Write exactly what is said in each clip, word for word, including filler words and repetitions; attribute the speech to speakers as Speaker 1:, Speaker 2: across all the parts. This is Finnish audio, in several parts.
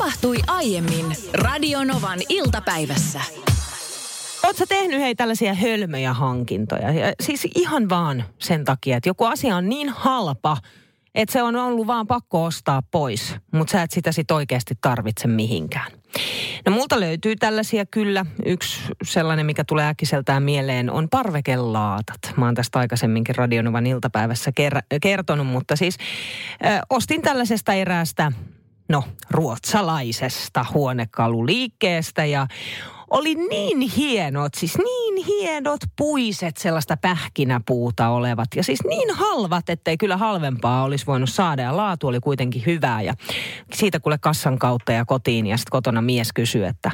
Speaker 1: tapahtui aiemmin Radionovan iltapäivässä.
Speaker 2: Ootko tehnyt hei tällaisia hölmöjä hankintoja? Ja siis ihan vaan sen takia, että joku asia on niin halpa, että se on ollut vaan pakko ostaa pois, mutta sä et sitä sit oikeasti tarvitse mihinkään. No multa löytyy tällaisia kyllä. Yksi sellainen, mikä tulee äkkiseltään mieleen, on parvekelaatat. Mä oon tästä aikaisemminkin Radionovan iltapäivässä ker- kertonut, mutta siis ö, ostin tällaisesta eräästä, no ruotsalaisesta huonekaluliikkeestä ja oli niin hienot, siis niin hienot puiset, sellaista pähkinäpuuta olevat. Ja siis niin halvat, ettei kyllä halvempaa olisi voinut saada. Ja laatu oli kuitenkin hyvää. Ja siitä kuule kassan kautta ja kotiin. Ja sitten kotona mies kysyi, että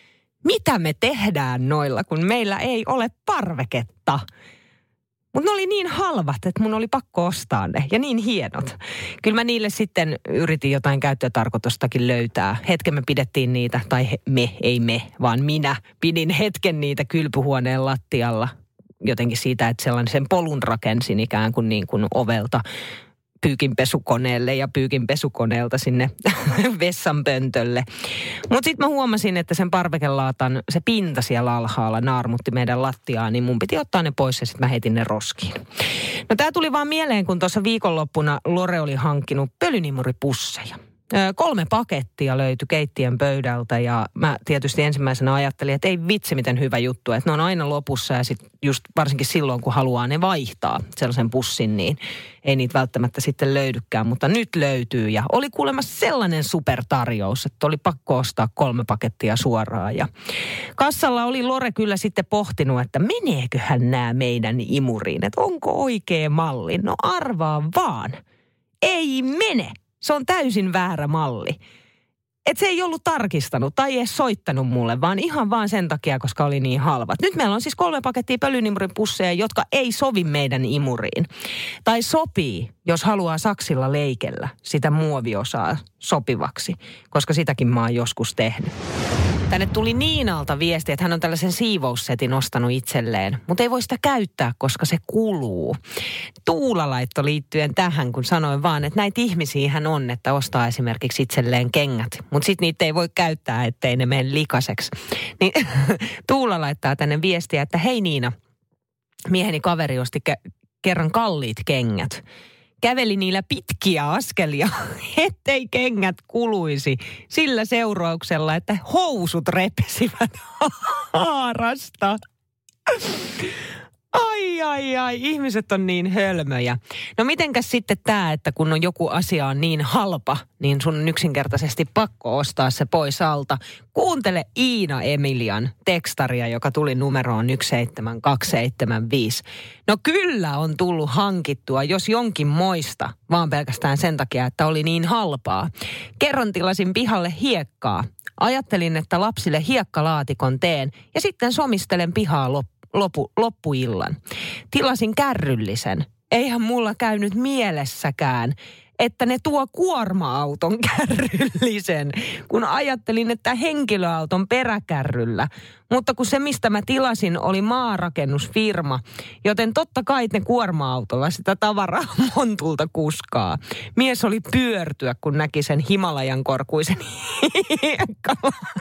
Speaker 2: mitä me tehdään noilla, kun meillä ei ole parveketta. Mutta ne oli niin halvat, että mun oli pakko ostaa ne. Ja niin hienot. Kyllä mä niille sitten yritin jotain käyttötarkoitustakin löytää. Hetken me pidettiin niitä, tai he, me, ei me, vaan minä pidin hetken niitä kylpyhuoneen lattialla. Jotenkin siitä, että sellaisen polun rakensin ikään kuin, niin kuin ovelta pyykinpesukoneelle ja pyykinpesukoneelta sinne vessanpöntölle. Mutta sitten mä huomasin, että sen parvekelaatan, se pinta siellä alhaalla naarmutti meidän lattiaa, niin mun piti ottaa ne pois ja sitten mä heitin ne roskiin. No tää tuli vaan mieleen, kun tuossa viikonloppuna Lore oli hankkinut pölynimuripusseja. Kolme pakettia löytyi keittiön pöydältä ja mä tietysti ensimmäisenä ajattelin, että ei vitsi miten hyvä juttu, että ne on aina lopussa ja sitten just varsinkin silloin, kun haluaa ne vaihtaa sellaisen pussin, niin ei niitä välttämättä sitten löydykään, mutta nyt löytyy ja oli kuulemma sellainen supertarjous, että oli pakko ostaa kolme pakettia suoraan ja kassalla oli Lore kyllä sitten pohtinut, että meneeköhän nämä meidän imuriin, että onko oikea malli, no arvaa vaan, ei mene. Se on täysin väärä malli. Että se ei ollut tarkistanut tai edes soittanut mulle, vaan ihan vaan sen takia, koska oli niin halvat. Nyt meillä on siis kolme pakettia pölynimurin pusseja, jotka ei sovi meidän imuriin. Tai sopii, jos haluaa saksilla leikellä sitä muoviosaa sopivaksi, koska sitäkin mä oon joskus tehnyt. Tänne tuli Niinalta viesti, että hän on tällaisen siivoussetin ostanut itselleen, mutta ei voi sitä käyttää, koska se kuluu. Tuula laittoi liittyen tähän, kun sanoin vaan, että näitä ihmisiä hän on, että ostaa esimerkiksi itselleen kengät, mutta sitten niitä ei voi käyttää, ettei ne mene likaseksi. Niin Tuula laittaa tänne viestiä, että hei Niina, mieheni kaveri osti ke- kerran kalliit kengät. Käveli niillä pitkiä askelia, ettei kengät kuluisi sillä seurauksella, että housut repesivät haarasta. Ai, ai, ai, ihmiset on niin hölmöjä. No mitenkäs sitten tämä, että kun on joku asia on niin halpa, niin sun on yksinkertaisesti pakko ostaa se pois alta. Kuuntele Iina Emilian tekstaria, joka tuli numeroon yksi seitsemän kaksi seitsemän viisi. No kyllä on tullut hankittua, jos jonkin moista, vaan pelkästään sen takia, että oli niin halpaa. Kerran tilasin pihalle hiekkaa. Ajattelin, että lapsille hiekkalaatikon teen ja sitten somistelen pihaa loppuun. Lopu, loppuillan. Tilasin kärryllisen. Eihän mulla käynyt mielessäkään, että ne tuo kuorma-auton kärryllisen, kun ajattelin, että henkilöauton peräkärryllä. Mutta kun se, mistä mä tilasin, oli maarakennusfirma, joten totta kai ne kuorma-autolla sitä tavaraa montulta kuskaa. Mies oli pyörtyä, kun näki sen Himalajan korkuisen hiekkalaan.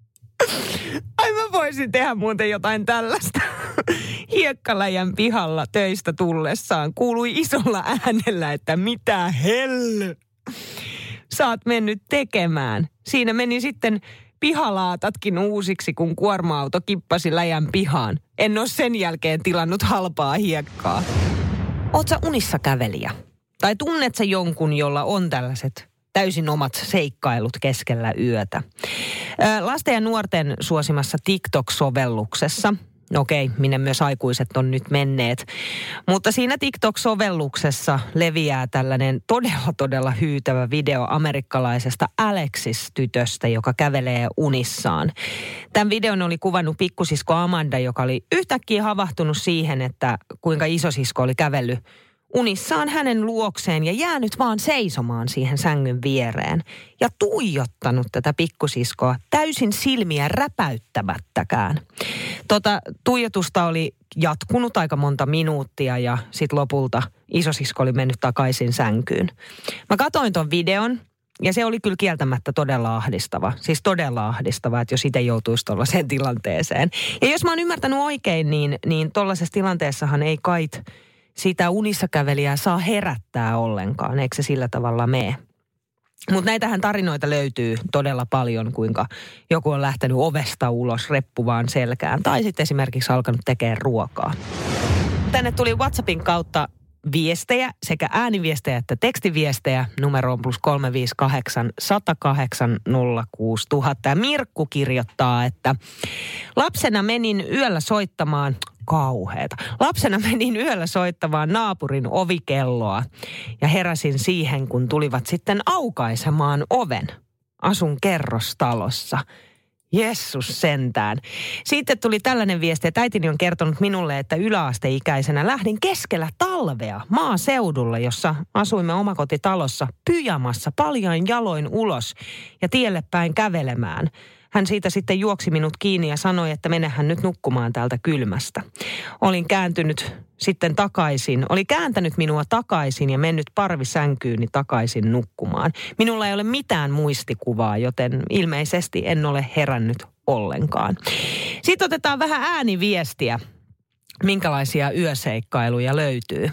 Speaker 2: Ai mä voisin tehdä muuten jotain tällaista. Hiekkaläjän pihalla töistä tullessaan kuului isolla äänellä, että mitä hell sä oot mennyt tekemään. Siinä meni sitten pihalaatatkin uusiksi, kun kuorma-auto kippasi läjän pihaan. En ole sen jälkeen tilannut halpaa hiekkaa. Oot sä unissa kävelijä? Tai tunnet sä jonkun, jolla on tällaiset täysin omat seikkailut keskellä yötä? Lasten ja nuorten suosimassa TikTok-sovelluksessa, okei, minne myös aikuiset on nyt menneet, mutta siinä TikTok-sovelluksessa leviää tällainen todella, todella hyytävä video amerikkalaisesta Alexis-tytöstä, joka kävelee unissaan. Tämän videon oli kuvannut pikkusisko Amanda, joka oli yhtäkkiä havahtunut siihen, että kuinka isosisko oli kävellyt unissaan hänen luokseen ja jäänyt vaan seisomaan siihen sängyn viereen ja tuijottanut tätä pikkusiskoa täysin silmiä räpäyttämättäkään. Tota tuijotusta oli jatkunut aika monta minuuttia ja sitten lopulta isosisko oli mennyt takaisin sänkyyn. Mä katoin ton videon ja se oli kyllä kieltämättä todella ahdistava. Siis todella ahdistava, että jos itse joutuisi tuollaiseen tilanteeseen. Ja jos mä oon ymmärtänyt oikein, niin, niin tuollaisessa tilanteessahan ei kait sitä unissakävelijää saa herättää ollenkaan. Eikö se sillä tavalla mene? Mutta näitähän tarinoita löytyy todella paljon, kuinka joku on lähtenyt ovesta ulos reppuvaan selkään. Tai sitten esimerkiksi alkanut tekemään ruokaa. Tänne tuli WhatsAppin kautta viestejä, sekä ääniviestejä että tekstiviestejä. Numero on plus kolme viisi kahdeksan, sata kahdeksan, nolla kuusi tuhatta. Ja Mirkku kirjoittaa, että lapsena menin yöllä soittamaan, kauheeta. Lapsena menin yöllä soittamaan naapurin ovikelloa ja heräsin siihen, kun tulivat sitten aukaisemaan oven. Asun kerrostalossa. Jessus sentään. Sitten tuli tällainen viesti, että äitini on kertonut minulle, että yläasteikäisenä lähdin keskellä talvea maaseudulla, jossa asuimme omakotitalossa pyjamassa paljain jaloin ulos ja tielle päin kävelemään. Hän siitä sitten juoksi minut kiinni ja sanoi, että menehän nyt nukkumaan täältä kylmästä. Olin kääntynyt sitten takaisin, oli kääntänyt minua takaisin ja mennyt parvisänkyyni takaisin nukkumaan. Minulla ei ole mitään muistikuvaa, joten ilmeisesti en ole herännyt ollenkaan. Sitten otetaan vähän ääniviestiä, minkälaisia yöseikkailuja löytyy.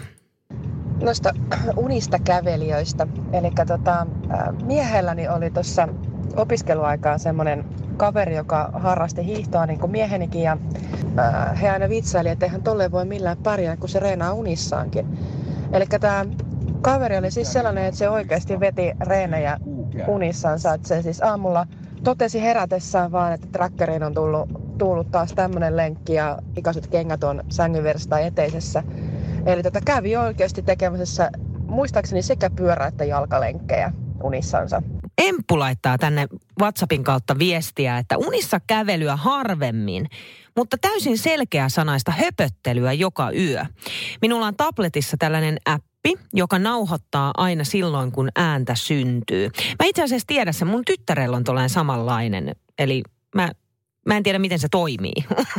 Speaker 3: Noista unista kävelijöistä. Eli tota, miehelläni oli tuossa opiskeluaikaan semmoinen kaveri, joka harrasti hiihtoa niin kuin miehenikin. Ja ää, he aina vitsaili, että eihän tolleen voi millään pärjää, kun se reenaa unissaankin. Eli tämä kaveri oli siis sellainen, että se oikeasti veti reenejä unissansa. Että se siis aamulla totesi herätessään vaan, että trackeriin on tullut, tullut taas tämmöinen lenkki ja ikaiset kengät on sängyn vieressä tai eteisessä. Eli tätä kävi oikeasti tekemässä muistaakseni sekä pyörä- että jalkalenkkejä unissansa.
Speaker 2: Emppu laittaa tänne WhatsAppin kautta viestiä, että unissa kävelyä harvemmin, mutta täysin selkeä sanaista höpöttelyä joka yö. Minulla on tabletissa tällainen appi, joka nauhoittaa aina silloin, kun ääntä syntyy. Mä itse asiassa tiedän sen, mun tyttärellä on tollainen samanlainen, eli mä... Mä en tiedä, miten se toimii,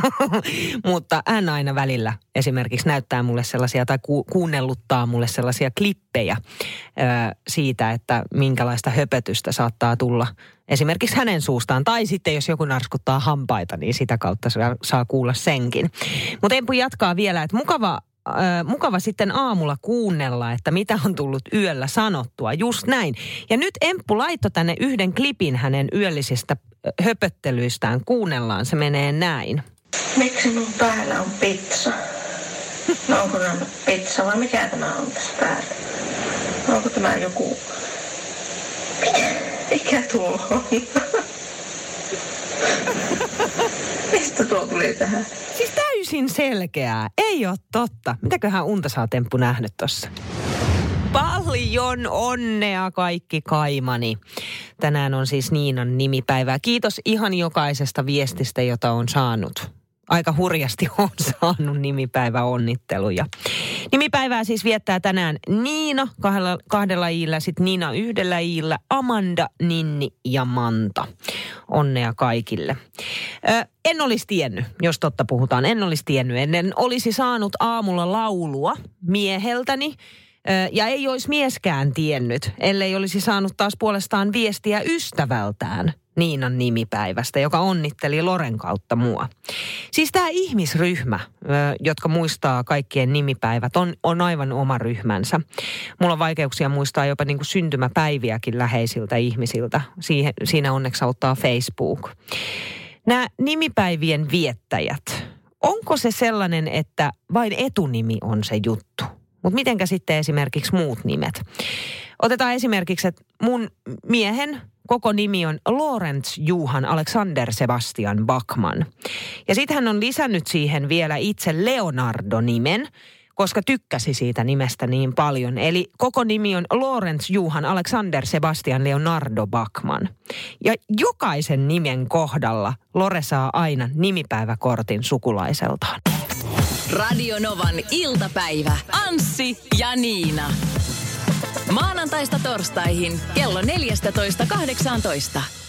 Speaker 2: mutta hän aina välillä esimerkiksi näyttää mulle sellaisia tai ku- kuunnelluttaa mulle sellaisia klippejä ö, siitä, että minkälaista höpötystä saattaa tulla esimerkiksi hänen suustaan. Tai sitten jos joku narskuttaa hampaita, niin sitä kautta saa, saa kuulla senkin. Mutta Empu jatkaa vielä, että mukava... Äh, mukava sitten aamulla kuunnella, että mitä on tullut yöllä sanottua. Just näin. Ja nyt Emppu laittoi tänne yhden klipin hänen yöllisistä höpöttelyistään. Kuunnellaan, se menee näin.
Speaker 4: Miksi mun päällä on pizza? No onko tämä pizza vai mikä tämä on tässä päällä? Onko tämä joku... Mikä, mikä tuo on? Mistä tuo tuli tähän?
Speaker 2: Siis täysin selkeää. Ei ole totta. Mitäköhän unta sä oot, Emppu, nähnyt tossa? Paljon onnea kaikki kaimani. Tänään on siis Niinan nimipäivää. Kiitos ihan jokaisesta viestistä, jota on saanut. Aika hurjasti on saanut nimipäiväonnitteluja. Nimipäivää siis viettää tänään Niina kahdella, kahdella iillä, sitten Niina yhdellä iillä, Amanda, Ninni ja Manta. Onnea kaikille. Ö, en olisi tiennyt, jos totta puhutaan, en olisi tiennyt. En olisi saanut aamulla laulua mieheltäni. Ja ei olisi mieskään tiennyt, ellei olisi saanut taas puolestaan viestiä ystävältään Niinan nimipäivästä, joka onnitteli Loren kautta mua. Siis tämä ihmisryhmä, jotka muistaa kaikkien nimipäivät, on, on aivan oma ryhmänsä. Mulla on vaikeuksia muistaa jopa niin kuin syntymäpäiviäkin läheisiltä ihmisiltä. Siihen, siinä onneksi auttaa Facebook. Nämä nimipäivien viettäjät, onko se sellainen, että vain etunimi on se juttu? Mutta mitenkä sitten esimerkiksi muut nimet? Otetaan esimerkiksi, että mun miehen koko nimi on Lorenz Johan Alexander Sebastian Backman. Ja sitten hän on lisännyt siihen vielä itse Leonardo-nimen, koska tykkäsi siitä nimestä niin paljon. Eli koko nimi on Lorenz Johan Alexander Sebastian Leonardo Backman. Ja jokaisen nimen kohdalla Lore saa aina nimipäiväkortin sukulaiseltaan.
Speaker 1: Radio Novan iltapäivä. Anssi ja Niina. Maanantaista torstaihin kello neljätoista kahdeksantoista.